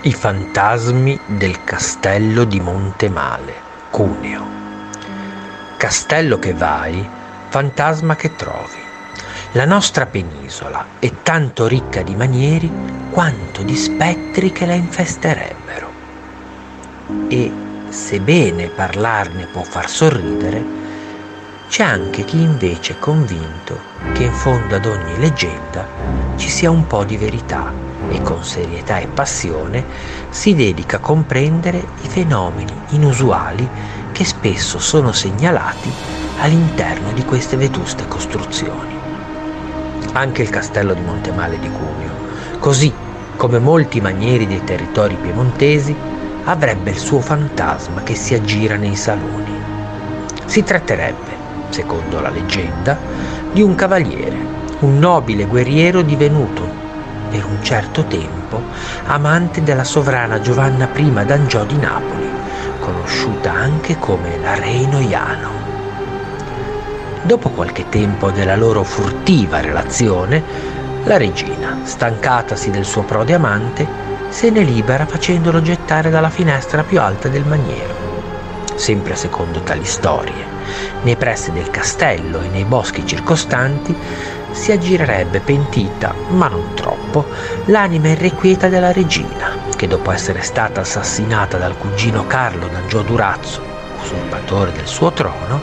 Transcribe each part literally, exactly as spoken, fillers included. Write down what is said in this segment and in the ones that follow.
I fantasmi del castello di Montemale, Cuneo. Castello che vai, fantasma che trovi. La nostra penisola è tanto ricca di manieri quanto di spettri che la infesterebbero. E, sebbene parlarne può far sorridere, c'è anche chi invece è convinto che in fondo ad ogni leggenda ci sia un po' di verità e con serietà e passione si dedica a comprendere i fenomeni inusuali che spesso sono segnalati all'interno di queste vetuste costruzioni. Anche il castello di Montemale di Cuneo, così come molti manieri dei territori piemontesi, avrebbe il suo fantasma che si aggira nei saloni. Si tratterebbe, secondo la leggenda, di un cavaliere, un nobile guerriero divenuto per un certo tempo amante della sovrana Giovanna I d'Angiò di Napoli, conosciuta anche come la Re Noiano. Dopo qualche tempo della loro furtiva relazione, la regina, stancatasi del suo prode amante, se ne libera facendolo gettare dalla finestra più alta del maniero. Sempre secondo tali storie, nei pressi del castello e nei boschi circostanti si aggirerebbe pentita, ma non troppo, l'anima irrequieta della regina, che dopo essere stata assassinata dal cugino Carlo d'Angiò Durazzo, usurpatore del suo trono,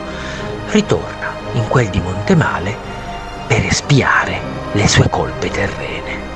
ritorna in quel di Montemale per espiare le sue colpe terrene.